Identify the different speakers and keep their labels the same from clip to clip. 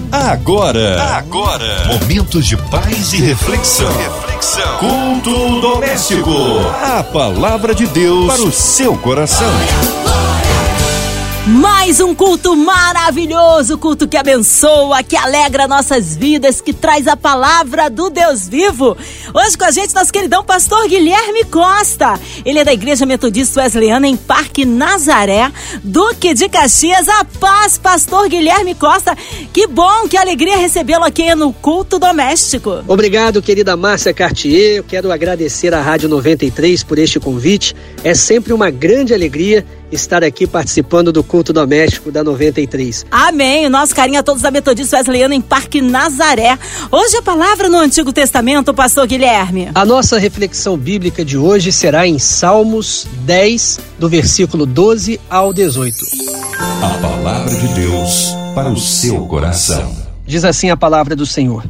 Speaker 1: Agora, momentos de paz e reflexão. Culto doméstico. A palavra de Deus para o seu coração.
Speaker 2: Mais um culto maravilhoso, culto que abençoa, que alegra nossas vidas, que traz a palavra do Deus vivo. Hoje com a gente, nosso queridão pastor Guilherme Costa. Ele é da Igreja Metodista Wesleyana em Parque Nazaré, Duque de Caxias. A paz, pastor Guilherme Costa. Que bom, que alegria recebê-lo aqui no culto doméstico.
Speaker 3: Obrigado, querida Márcia Cartier. Eu quero agradecer à Rádio 93 por este convite. É sempre uma grande alegria estar aqui participando do culto doméstico da 93.
Speaker 2: Amém. O nosso carinho a todos da Metodista Wesleyana em Parque Nazaré. Hoje a palavra no Antigo Testamento, pastor Guilherme.
Speaker 3: A nossa reflexão bíblica de hoje será em Salmos 10, do versículo 12 ao 18.
Speaker 1: A palavra de Deus para o seu coração.
Speaker 3: Diz assim a palavra do Senhor: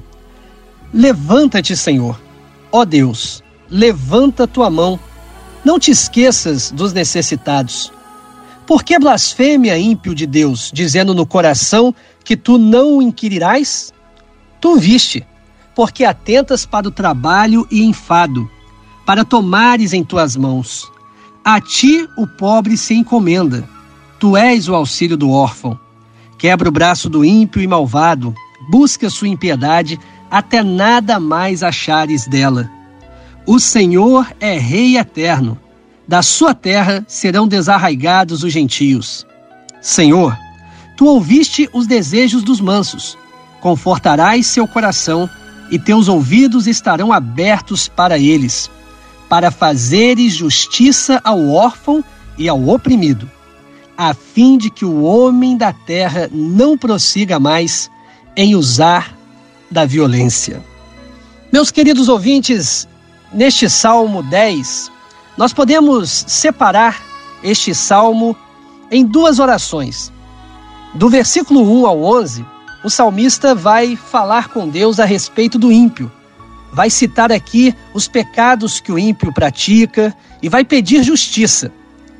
Speaker 3: Levanta-te, Senhor, ó Deus, levanta tua mão, não te esqueças dos necessitados. Por que blasfêmia, ímpio de Deus, dizendo no coração que tu não o inquirirás? Tu viste, porque atentas para o trabalho e enfado, para tomares em tuas mãos. A ti o pobre se encomenda, tu és o auxílio do órfão. Quebra o braço do ímpio e malvado, busca sua impiedade, até nada mais achares dela. O Senhor é Rei eterno. Da sua terra serão desarraigados os gentios. Senhor, tu ouviste os desejos dos mansos, confortarás seu coração e teus ouvidos estarão abertos para eles, para fazeres justiça ao órfão e ao oprimido, a fim de que o homem da terra não prossiga mais em usar da violência. Meus queridos ouvintes, neste Salmo 10, nós podemos separar este salmo em duas orações. Do versículo 1 ao 11, o salmista vai falar com Deus a respeito do ímpio. Vai citar aqui os pecados que o ímpio pratica e vai pedir justiça.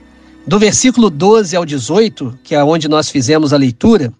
Speaker 3: Do versículo 12 ao 18, que é onde nós fizemos a leitura,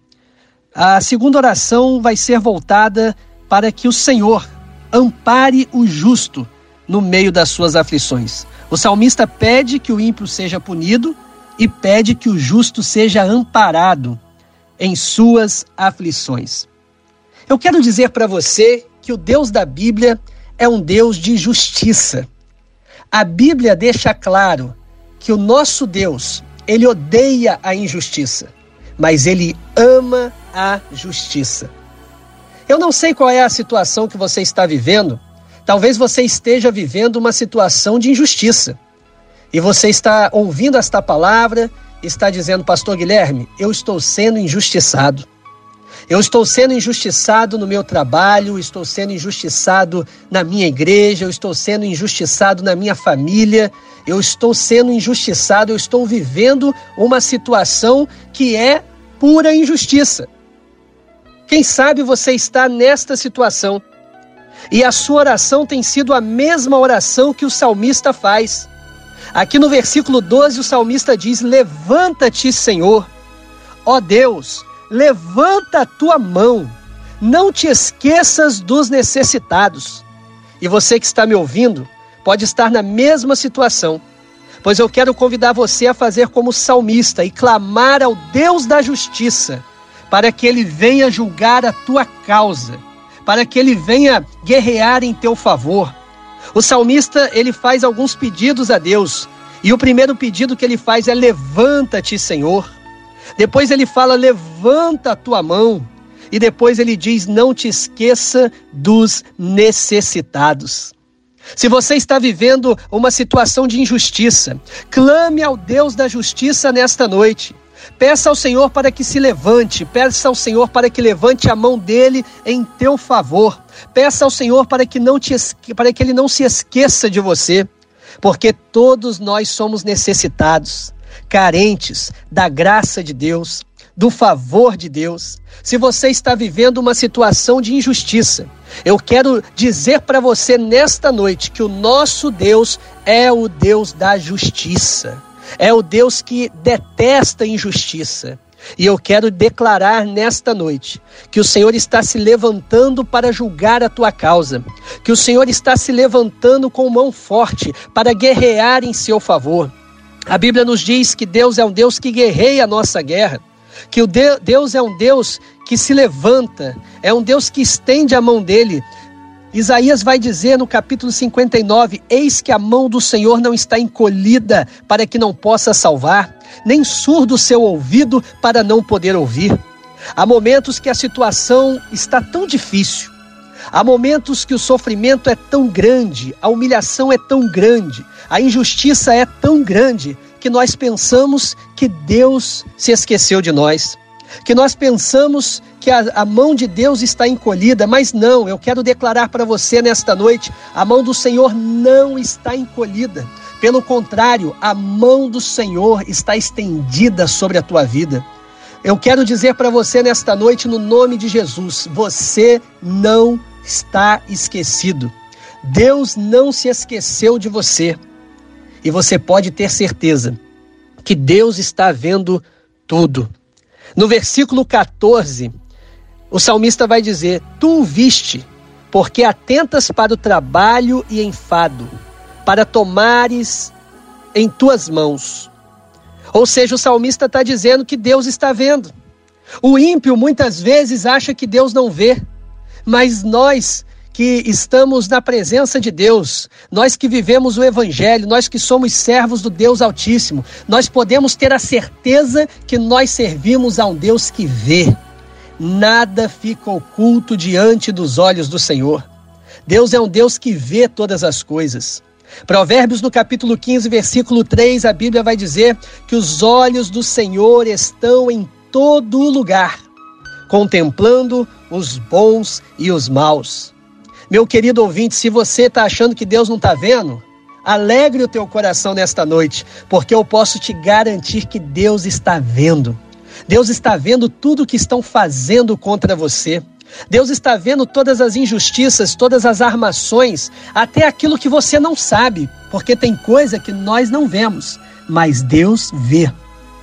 Speaker 3: a segunda oração vai ser voltada para que o Senhor ampare o justo no meio das suas aflições. O salmista pede que o ímpio seja punido e pede que o justo seja amparado em suas aflições. Eu quero dizer para você que o Deus da Bíblia é um Deus de justiça. A Bíblia deixa claro que o nosso Deus, ele odeia a injustiça, mas ele ama a justiça. Eu não sei qual é a situação que você está vivendo. Talvez você esteja vivendo uma situação de injustiça. E você está ouvindo esta palavra e está dizendo: pastor Guilherme, eu estou sendo injustiçado. Eu estou sendo injustiçado no meu trabalho, estou sendo injustiçado na minha igreja, eu estou sendo injustiçado na minha família, eu estou sendo injustiçado, eu estou vivendo uma situação que é pura injustiça. Quem sabe você está nesta situação e a sua oração tem sido a mesma oração que o salmista faz. Aqui no versículo 12 o salmista diz: levanta-te, Senhor, ó Deus, levanta a tua mão, não te esqueças dos necessitados. E você que está me ouvindo pode estar na mesma situação, pois eu quero convidar você a fazer como salmista e clamar ao Deus da justiça, para que ele venha julgar a tua causa, para que ele venha guerrear em teu favor. O salmista, ele faz alguns pedidos a Deus, e o primeiro pedido que ele faz é: levanta-te, Senhor. Depois ele fala: levanta a tua mão. E depois ele diz: não te esqueça dos necessitados. Se você está vivendo uma situação de injustiça, clame ao Deus da justiça nesta noite. Peça ao Senhor para que se levante, peça ao Senhor para que levante a mão dele em teu favor. Peça ao Senhor para que ele não se esqueça de você, porque todos nós somos necessitados, carentes da graça de Deus, do favor de Deus. Se você está vivendo uma situação de injustiça, eu quero dizer para você nesta noite que o nosso Deus é o Deus da justiça. É o Deus que detesta a injustiça. E eu quero declarar nesta noite que o Senhor está se levantando para julgar a tua causa, que o Senhor está se levantando com mão forte para guerrear em seu favor. A Bíblia nos diz que Deus é um Deus que guerreia a nossa guerra, que Deus é um Deus que se levanta, é um Deus que estende a mão dele. Isaías vai dizer no capítulo 59, eis que a mão do Senhor não está encolhida para que não possa salvar, nem surdo o seu ouvido para não poder ouvir. Há momentos que a situação está tão difícil, há momentos que o sofrimento é tão grande, a humilhação é tão grande, a injustiça é tão grande, que nós pensamos que Deus se esqueceu de nós, que nós pensamos que a mão de Deus está encolhida, mas não, eu quero declarar para você nesta noite, a mão do Senhor não está encolhida, pelo contrário, a mão do Senhor está estendida sobre a tua vida. Eu quero dizer para você nesta noite, no nome de Jesus, você não está esquecido, Deus não se esqueceu de você, e você pode ter certeza que Deus está vendo tudo. No versículo 14, o salmista vai dizer, tu o viste, porque atentas para o trabalho e enfado, para tomares em tuas mãos. Ou seja, o salmista está dizendo que Deus está vendo. O ímpio muitas vezes acha que Deus não vê, mas nós que estamos na presença de Deus, nós que vivemos o Evangelho, nós que somos servos do Deus Altíssimo, nós podemos ter a certeza que nós servimos a um Deus que vê. Nada fica oculto diante dos olhos do Senhor. Deus é um Deus que vê todas as coisas. Provérbios no capítulo 15, versículo 3, a Bíblia vai dizer que os olhos do Senhor estão em todo lugar, contemplando os bons e os maus. Meu querido ouvinte, se você está achando que Deus não está vendo, alegre o teu coração nesta noite, porque eu posso te garantir que Deus está vendo. Deus está vendo tudo o que estão fazendo contra você. Deus está vendo todas as injustiças, todas as armações, até aquilo que você não sabe, porque tem coisa que nós não vemos, mas Deus vê.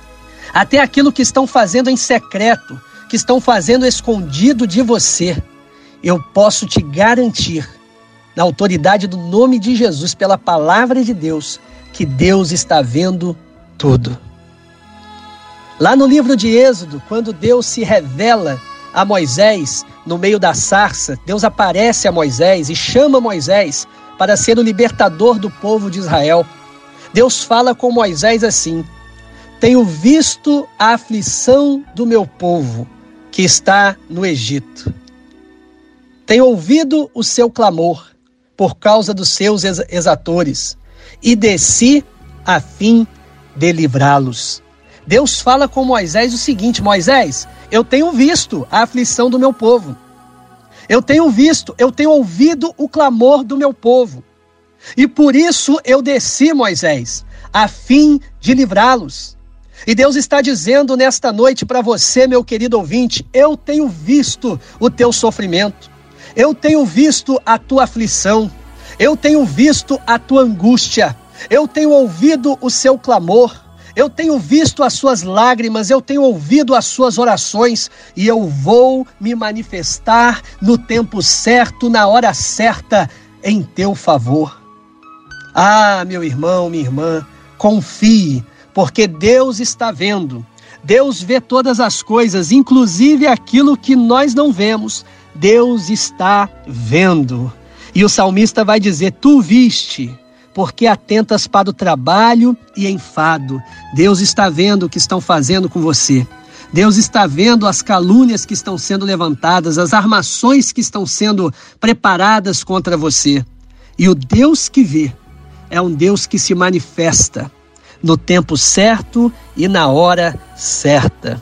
Speaker 3: Até aquilo que estão fazendo em secreto, que estão fazendo escondido de você. Eu posso te garantir, na autoridade do nome de Jesus, pela palavra de Deus, que Deus está vendo tudo. Lá no livro de Êxodo, quando Deus se revela a Moisés no meio da sarça, Deus aparece a Moisés e chama Moisés para ser o libertador do povo de Israel. Deus fala com Moisés assim, tenho visto a aflição do meu povo que está no Egito. Tenho ouvido o seu clamor por causa dos seus exatores e desci a fim de livrá-los. Deus fala com Moisés o seguinte, Moisés, eu tenho visto a aflição do meu povo. Eu tenho ouvido o clamor do meu povo. E por isso eu desci, Moisés, a fim de livrá-los. E Deus está dizendo nesta noite para você, meu querido ouvinte, eu tenho visto o teu sofrimento. Eu tenho visto a tua aflição, eu tenho visto a tua angústia, eu tenho ouvido o seu clamor, eu tenho visto as suas lágrimas, eu tenho ouvido as suas orações e eu vou me manifestar no tempo certo, na hora certa, em teu favor. Ah, meu irmão, minha irmã, confie, porque Deus está vendo. Deus vê todas as coisas, inclusive aquilo que nós não vemos. Deus está vendo. E o salmista vai dizer, tu viste, porque atentas para o trabalho e enfado. Deus está vendo o que estão fazendo com você. Deus está vendo as calúnias que estão sendo levantadas, as armações que estão sendo preparadas contra você. E o Deus que vê é um Deus que se manifesta no tempo certo e na hora certa.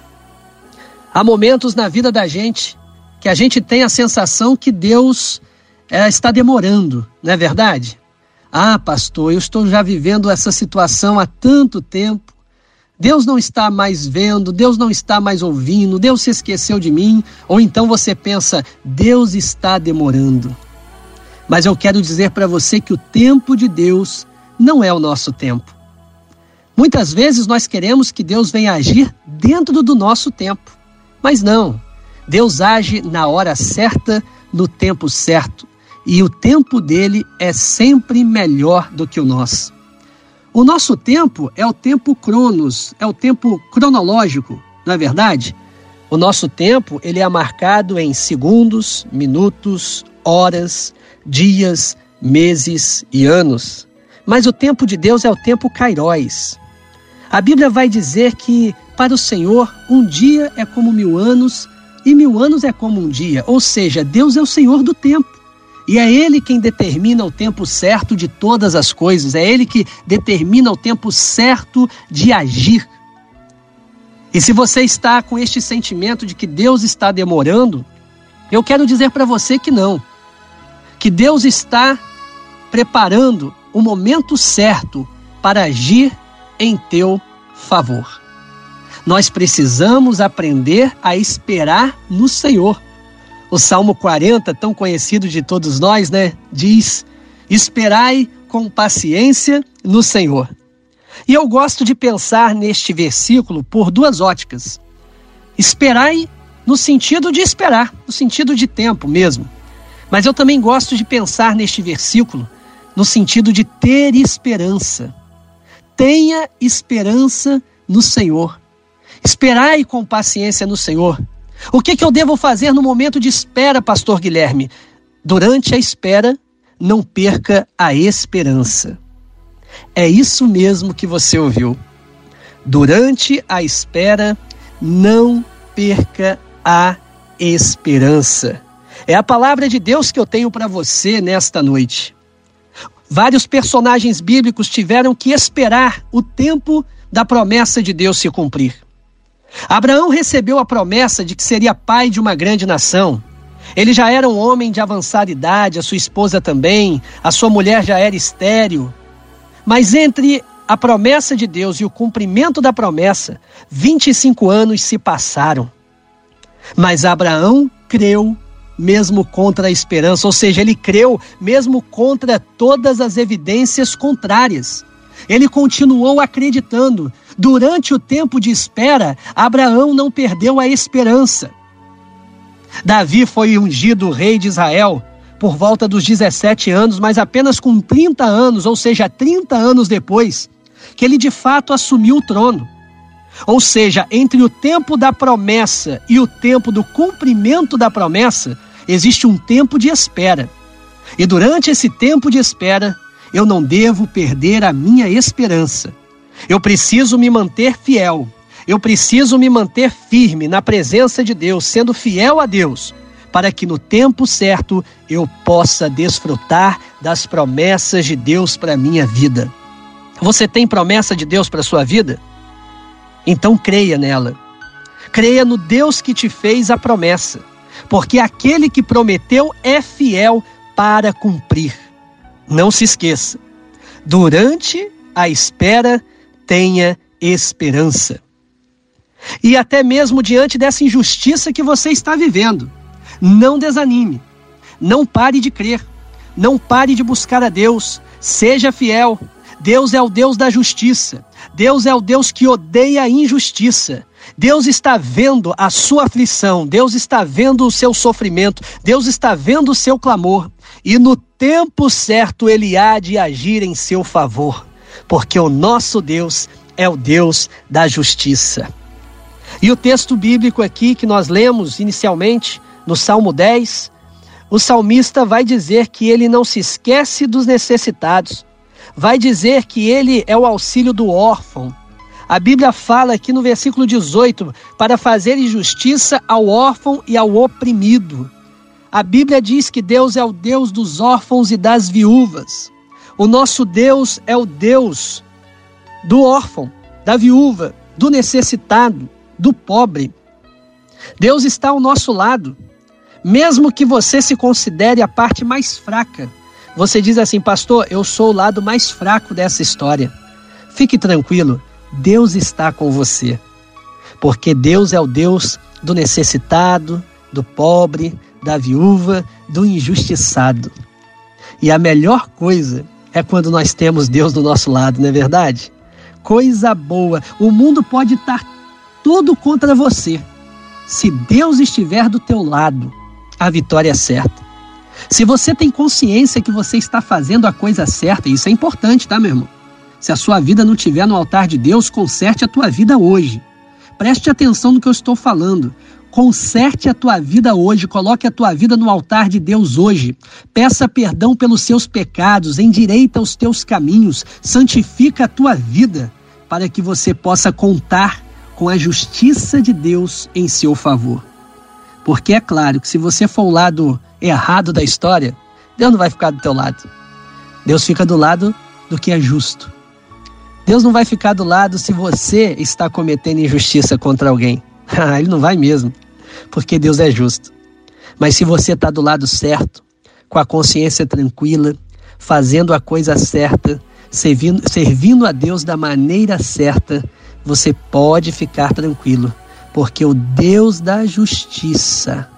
Speaker 3: Há momentos na vida da gente que a gente tem a sensação que Deus está demorando, não é verdade? Ah, pastor, eu estou já vivendo essa situação há tanto tempo. Deus não está mais vendo, Deus não está mais ouvindo, Deus se esqueceu de mim. Ou então você pensa, Deus está demorando. Mas eu quero dizer para você que o tempo de Deus não é o nosso tempo. Muitas vezes nós queremos que Deus venha agir dentro do nosso tempo, mas não. Deus age na hora certa, no tempo certo, e o tempo dele é sempre melhor do que o nosso. O nosso tempo é o tempo cronos, é o tempo cronológico, não é verdade? O nosso tempo ele é marcado em segundos, minutos, horas, dias, meses e anos. Mas o tempo de Deus é o tempo kairos. A Bíblia vai dizer que para o Senhor um dia é como 1000 anos e 1000 anos é como um dia. Ou seja, Deus é o Senhor do tempo. E é Ele quem determina o tempo certo de todas as coisas. É Ele que determina o tempo certo de agir. E se você está com este sentimento de que Deus está demorando, eu quero dizer para você que não. Que Deus está preparando o momento certo para agir em teu favor. Nós precisamos aprender a esperar no Senhor. O Salmo 40, tão conhecido de todos nós, diz: esperai com paciência no Senhor. E eu gosto de pensar neste versículo por 2 óticas. Esperai no sentido de esperar, no sentido de tempo mesmo. Mas eu também gosto de pensar neste versículo no sentido de ter esperança. Tenha esperança no Senhor. Esperai com paciência no Senhor. O que eu devo fazer no momento de espera, pastor Guilherme? Durante a espera, não perca a esperança. É isso mesmo que você ouviu. Durante a espera, não perca a esperança. É a palavra de Deus que eu tenho para você nesta noite. Vários personagens bíblicos tiveram que esperar o tempo da promessa de Deus se cumprir. Abraão recebeu a promessa de que seria pai de uma grande nação. Ele já era um homem de avançada idade, a sua esposa também, a sua mulher já era estéril. Mas entre a promessa de Deus e o cumprimento da promessa, 25 anos se passaram. Mas Abraão creu mesmo contra a esperança, ou seja, ele creu mesmo contra todas as evidências contrárias. Ele continuou acreditando. Durante o tempo de espera, Abraão não perdeu a esperança. Davi foi ungido rei de Israel por volta dos 17 anos, mas apenas com 30 anos, ou seja, 30 anos depois, que ele de fato assumiu o trono. Ou seja, entre o tempo da promessa e o tempo do cumprimento da promessa, existe um tempo de espera. E durante esse tempo de espera, eu não devo perder a minha esperança. Eu preciso me manter fiel. Eu preciso me manter firme na presença de Deus, sendo fiel a Deus, para que no tempo certo eu possa desfrutar das promessas de Deus para a minha vida. Você tem promessa de Deus para a sua vida? Então creia nela. Creia no Deus que te fez a promessa, porque aquele que prometeu é fiel para cumprir. Não se esqueça, durante a espera, tenha esperança. E até mesmo diante dessa injustiça que você está vivendo, não desanime, não pare de crer, não pare de buscar a Deus, seja fiel. Deus é o Deus da justiça, Deus é o Deus que odeia a injustiça. Deus está vendo a sua aflição, Deus está vendo o seu sofrimento, Deus está vendo o seu clamor, e no tempo certo Ele há de agir em seu favor, porque o nosso Deus é o Deus da justiça. E o texto bíblico aqui que nós lemos inicialmente, no Salmo 10, o salmista vai dizer que ele não se esquece dos necessitados, vai dizer que ele é o auxílio do órfão. A Bíblia fala aqui no versículo 18, para fazer justiça ao órfão e ao oprimido. A Bíblia diz que Deus é o Deus dos órfãos e das viúvas. O nosso Deus é o Deus do órfão, da viúva, do necessitado, do pobre. Deus está ao nosso lado. Mesmo que você se considere a parte mais fraca, você diz assim: pastor, eu sou o lado mais fraco dessa história. Fique tranquilo, Deus está com você, porque Deus é o Deus do necessitado, do pobre, da viúva, do injustiçado. E a melhor coisa é quando nós temos Deus do nosso lado, não é verdade? coisa boa. O mundo pode estar todo contra você. Se Deus estiver do teu lado, a vitória é certa. Se você tem consciência que você está fazendo a coisa certa, isso é importante, tá, meu irmão? Se a sua vida não estiver no altar de Deus, conserte a tua vida hoje. Preste atenção no que eu estou falando. Conserte a tua vida hoje, coloque a tua vida no altar de Deus hoje. Peça perdão pelos seus pecados, endireita os teus caminhos, santifica a tua vida, para que você possa contar com a justiça de Deus em seu favor. Porque é claro que se você for o lado errado da história, Deus não vai ficar do teu lado. Deus fica do lado do que é justo. Deus não vai ficar do lado se você está cometendo injustiça contra alguém. Ele não vai mesmo, porque Deus é justo. Mas se você está do lado certo, com a consciência tranquila, fazendo a coisa certa, servindo a Deus da maneira certa, você pode ficar tranquilo, porque o Deus da justiça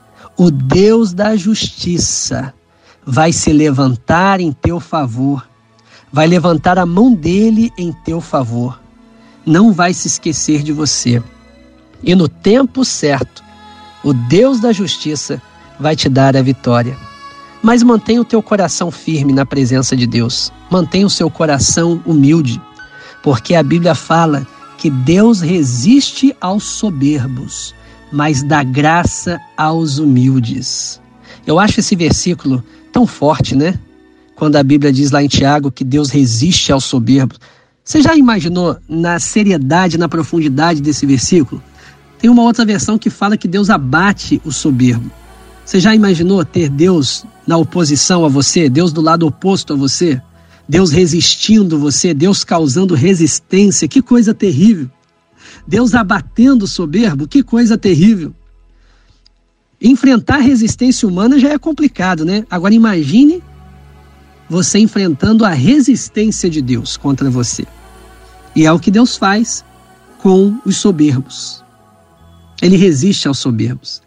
Speaker 3: vai se levantar em teu favor, vai levantar a mão dele em teu favor, não vai se esquecer de você. E no tempo certo, o Deus da justiça vai te dar a vitória. Mas mantenha o teu coração firme na presença de Deus. Mantenha o seu coração humilde, porque a Bíblia fala que Deus resiste aos soberbos, mas dá graça aos humildes. Eu acho esse versículo tão forte, né? Quando a Bíblia diz lá em Tiago que Deus resiste aos soberbos. Você já imaginou na seriedade, na profundidade desse versículo? Tem uma outra versão que fala que Deus abate o soberbo. Você já imaginou ter Deus na oposição a você? Deus do lado oposto a você? Deus resistindo você? Deus causando resistência? Que coisa terrível! Deus abatendo o soberbo? Que coisa terrível! Enfrentar resistência humana já é complicado, né? Agora imagine você enfrentando a resistência de Deus contra você. E é o que Deus faz com os soberbos. Ele resiste aos soberbos.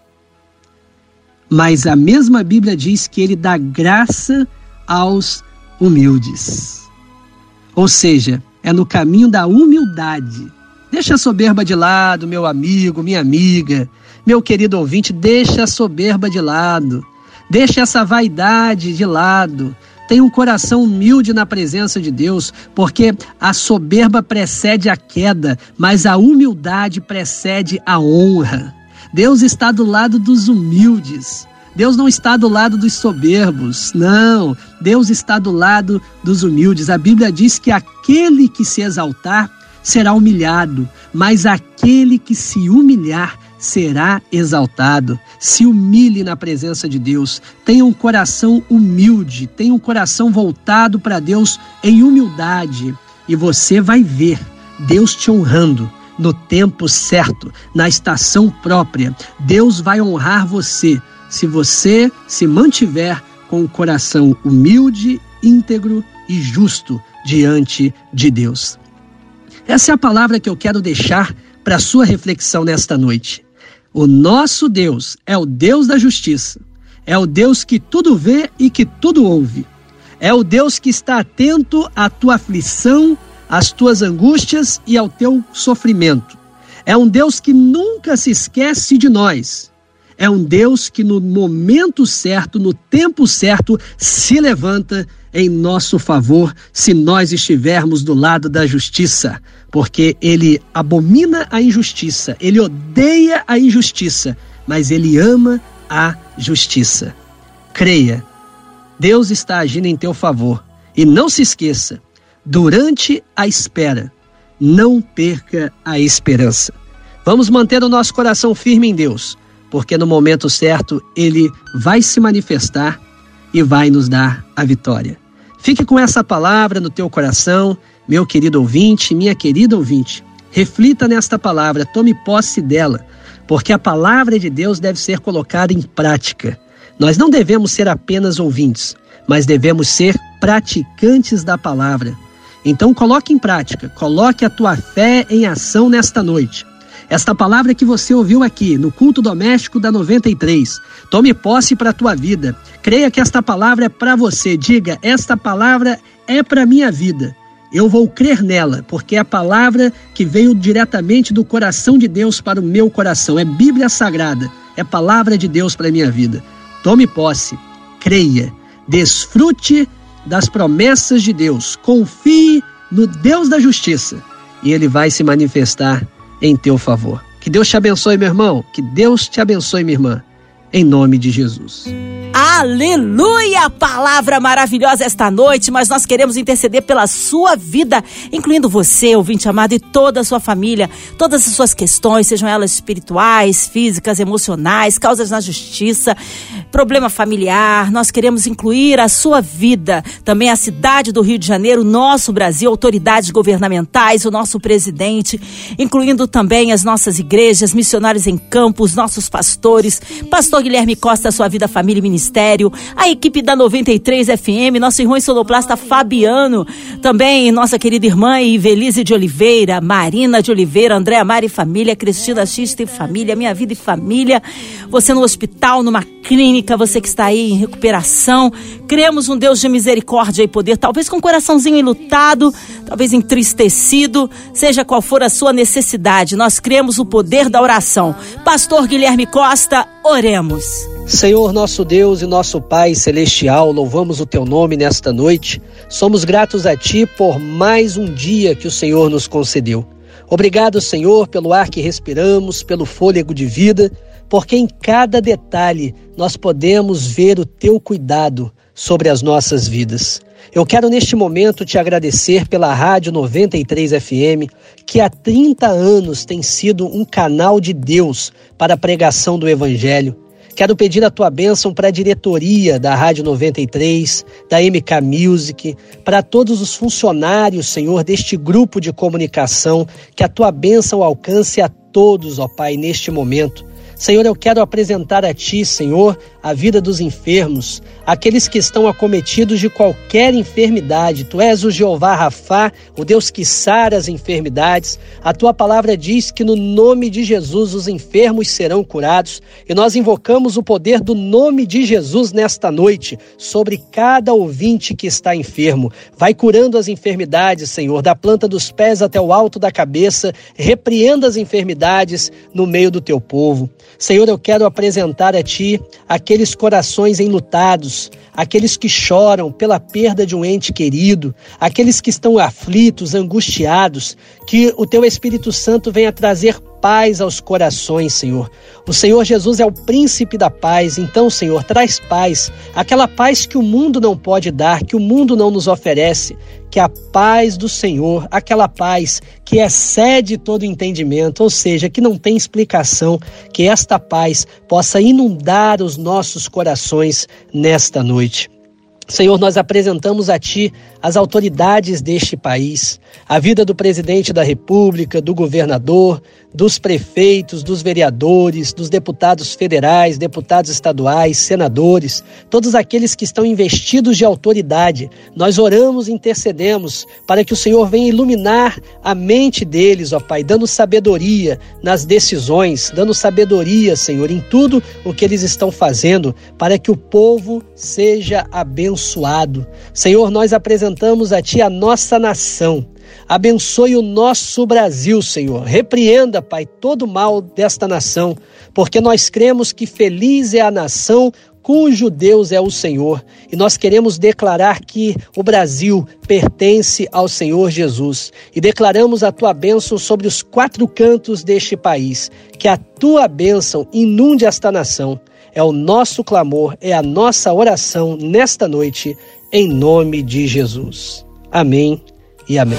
Speaker 3: Mas a mesma Bíblia diz que ele dá graça aos humildes. Ou seja, é no caminho da humildade. Deixa a soberba de lado, meu amigo, minha amiga, meu querido ouvinte, deixa a soberba de lado. Deixa essa vaidade de lado. Tenha um coração humilde na presença de Deus, porque a soberba precede a queda, mas a humildade precede a honra. Deus está do lado dos humildes. Deus não está do lado dos soberbos, não. Deus está do lado dos humildes. A Bíblia diz que aquele que se exaltar será humilhado, mas aquele que se humilhar será exaltado. Se humilhe na presença de Deus. Tenha um coração humilde, tenha um coração voltado para Deus em humildade. E você vai ver Deus te honrando no tempo certo, na estação própria. Deus vai honrar você se você se mantiver com o coração humilde, íntegro e justo diante de Deus. Essa é a palavra que eu quero deixar para a sua reflexão nesta noite. O nosso Deus é o Deus da justiça. É o Deus que tudo vê e que tudo ouve. É o Deus que está atento à tua aflição, às tuas angústias e ao teu sofrimento. É um Deus que nunca se esquece de nós. É um Deus que no momento certo, no tempo certo, se levanta em nosso favor se nós estivermos do lado da justiça, porque ele abomina a injustiça, ele odeia a injustiça, mas ele ama a justiça. Creia, Deus está agindo em teu favor. E não se esqueça, durante a espera, não perca a esperança. Vamos manter o nosso coração firme em Deus, porque no momento certo ele vai se manifestar e vai nos dar a vitória. Fique com essa palavra no teu coração, meu querido ouvinte, minha querida ouvinte. Reflita nesta palavra, tome posse dela, porque a palavra de Deus deve ser colocada em prática. Nós não devemos ser apenas ouvintes, mas devemos ser praticantes da palavra. Então coloque em prática, coloque a tua fé em ação nesta noite. Esta palavra que você ouviu aqui no culto doméstico da 93, tome posse para a tua vida. Creia que esta palavra é para você. Diga, esta palavra é para a minha vida. Eu vou crer nela, porque é a palavra que veio diretamente do coração de Deus para o meu coração. É Bíblia Sagrada, é palavra de Deus para a minha vida. Tome posse, creia, desfrute das promessas de Deus. Confie no Deus da justiça e Ele vai se manifestar em teu favor. Que Deus te abençoe, meu irmão. Que Deus te abençoe, minha irmã. Em nome de Jesus.
Speaker 2: Aleluia! Palavra maravilhosa esta noite, mas nós queremos interceder pela sua vida, incluindo você, ouvinte amado, e toda a sua família, todas as suas questões, sejam elas espirituais, físicas, emocionais, causas na justiça, problema familiar. Nós queremos incluir a sua vida, também a cidade do Rio de Janeiro, o nosso Brasil, autoridades governamentais, o nosso presidente, incluindo também as nossas igrejas, missionários em campo, os nossos pastores, pastor Guilherme Costa, sua vida, família e ministério, a equipe da 93 FM, nosso irmão sonoplasta Fabiano, também nossa querida irmã Ivelise de Oliveira, Marina de Oliveira, Andréa Mari e família, Cristina Xista e família, Minha Vida e família, você no hospital, numa clínica, você que está aí em recuperação. Cremos um Deus de misericórdia e poder, talvez com o coraçãozinho enlutado, talvez entristecido, seja qual for a sua necessidade, nós cremos o poder da oração. Pastor Guilherme Costa, oremos.
Speaker 3: Senhor, nosso Deus e nosso Pai celestial, louvamos o teu nome nesta noite. Somos gratos a ti por mais um dia que o Senhor nos concedeu. Obrigado, Senhor, pelo ar que respiramos, pelo fôlego de vida, porque em cada detalhe nós podemos ver o teu cuidado sobre as nossas vidas. Eu quero neste momento te agradecer pela Rádio 93 FM, que há 30 anos tem sido um canal de Deus para a pregação do Evangelho. Quero pedir a tua bênção para a diretoria da Rádio 93, da MK Music, para todos os funcionários, Senhor, deste grupo de comunicação, que a tua bênção alcance a todos, ó Pai, neste momento. Senhor, eu quero apresentar a Ti, Senhor, a vida dos enfermos, aqueles que estão acometidos de qualquer enfermidade. Tu és o Jeová Rafá, o Deus que sara as enfermidades. A Tua palavra diz que no nome de Jesus os enfermos serão curados. E nós invocamos o poder do nome de Jesus nesta noite sobre cada ouvinte que está enfermo. Vai curando as enfermidades, Senhor, da planta dos pés até o alto da cabeça. Repreenda as enfermidades no meio do Teu povo. Senhor, eu quero apresentar a Ti aqueles corações enlutados, aqueles que choram pela perda de um ente querido, aqueles que estão aflitos, angustiados, que o Teu Espírito Santo venha trazer paz aos corações, Senhor. O Senhor Jesus é o príncipe da paz, então, Senhor, traz paz, aquela paz que o mundo não pode dar, que o mundo não nos oferece, que a paz do Senhor, aquela paz que excede todo entendimento, ou seja, que não tem explicação, que esta paz possa inundar os nossos corações nesta noite. Senhor, nós apresentamos a Ti as autoridades deste país, a vida do presidente da República, do governador, dos prefeitos, dos vereadores, dos deputados federais, deputados estaduais, senadores, todos aqueles que estão investidos de autoridade. Nós oramos e intercedemos para que o Senhor venha iluminar a mente deles, ó Pai, dando sabedoria nas decisões, dando sabedoria, Senhor, em tudo o que eles estão fazendo, para que o povo seja abençoado. Senhor, nós apresentamos a Ti a nossa nação. Abençoe o nosso Brasil, Senhor. Repreenda, Pai, todo o mal desta nação, porque nós cremos que feliz é a nação cujo Deus é o Senhor. E nós queremos declarar que o Brasil pertence ao Senhor Jesus. E declaramos a Tua bênção sobre os 4 cantos deste país. Que a Tua bênção inunde esta nação. É o nosso clamor, é a nossa oração nesta noite, em nome de Jesus. Amém e amém.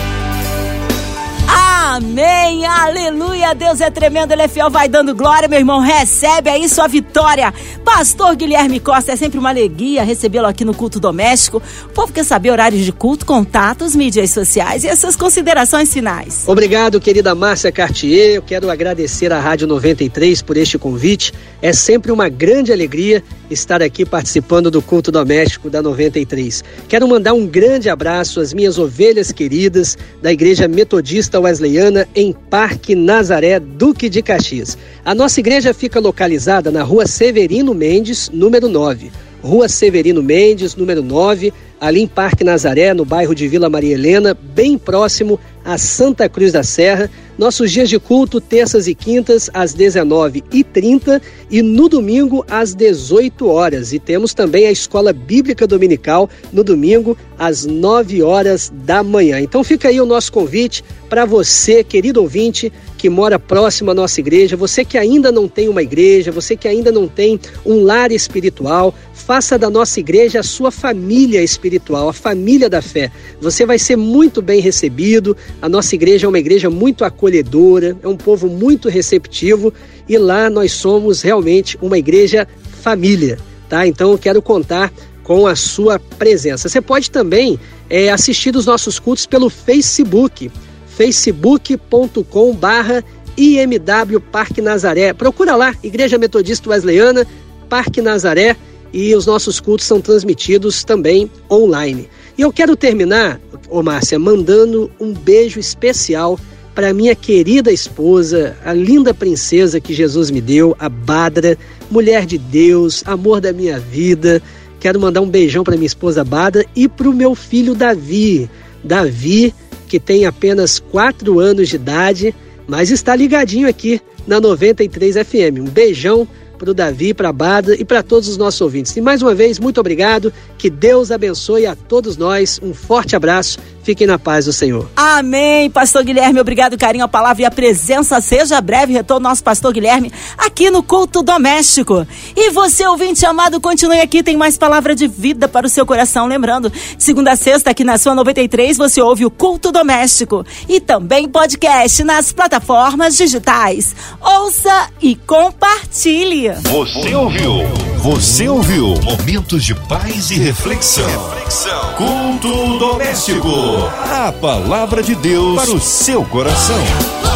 Speaker 2: Amém, aleluia, Deus é tremendo, Ele é fiel, vai dando glória, meu irmão, recebe aí sua vitória. Pastor Guilherme Costa, é sempre uma alegria recebê-lo aqui no Culto Doméstico. O povo quer saber horários de culto, contatos, mídias sociais e as suas considerações finais.
Speaker 3: Obrigado, querida Márcia Cartier, eu quero agradecer à Rádio 93 por este convite. É sempre uma grande alegria estar aqui participando do Culto Doméstico da 93. Quero mandar um grande abraço às minhas ovelhas queridas da Igreja Metodista Wesleyana em Parque Nazaré, Duque de Caxias. A nossa igreja fica localizada na Rua Severino Mendes, número 9. Rua Severino Mendes, número 9, ali em Parque Nazaré, no bairro de Vila Maria Helena, bem próximo a Santa Cruz da Serra. Nossos dias de culto, terças e quintas, às 19h30 e no domingo, às 18 horas. E temos também a Escola Bíblica Dominical no domingo, às 9 horas da manhã. Então fica aí o nosso convite para você, querido ouvinte, que mora próximo à nossa igreja, você que ainda não tem uma igreja, você que ainda não tem um lar espiritual, faça da nossa igreja a sua família espiritual, a família da fé. Você vai ser muito bem recebido. A nossa igreja é uma igreja muito acolhedora, é um povo muito receptivo e lá nós somos realmente uma igreja família, tá? Então eu quero contar com a sua presença. Você pode também assistir os nossos cultos pelo Facebook, facebook.com/IMW Parque Nazaré. Procura lá, Igreja Metodista Wesleyana, Parque Nazaré, e os nossos cultos são transmitidos também online. E eu quero terminar, Márcia, mandando um beijo especial para minha querida esposa, a linda princesa que Jesus me deu, a Badra, mulher de Deus, amor da minha vida. Quero mandar um beijão para minha esposa Badra e para o meu filho Davi, que tem apenas 4 anos de idade, mas está ligadinho aqui na 93 FM. Um beijão para o Davi, para a Badra e para todos os nossos ouvintes. E mais uma vez, muito obrigado, que Deus abençoe a todos nós, um forte abraço, fiquem na paz do Senhor.
Speaker 2: Amém, pastor Guilherme, obrigado, carinho, a palavra e a presença, seja breve retorno nosso pastor Guilherme aqui no Culto Doméstico. E você, ouvinte amado, continue aqui, tem mais palavra de vida para o seu coração, lembrando, segunda a sexta aqui na sua 93, você ouve o Culto Doméstico e também podcast nas plataformas digitais. Ouça e compartilhe.
Speaker 1: Você ouviu Momentos de Paz e Reflexão. Culto Doméstico. A palavra de Deus para o seu coração.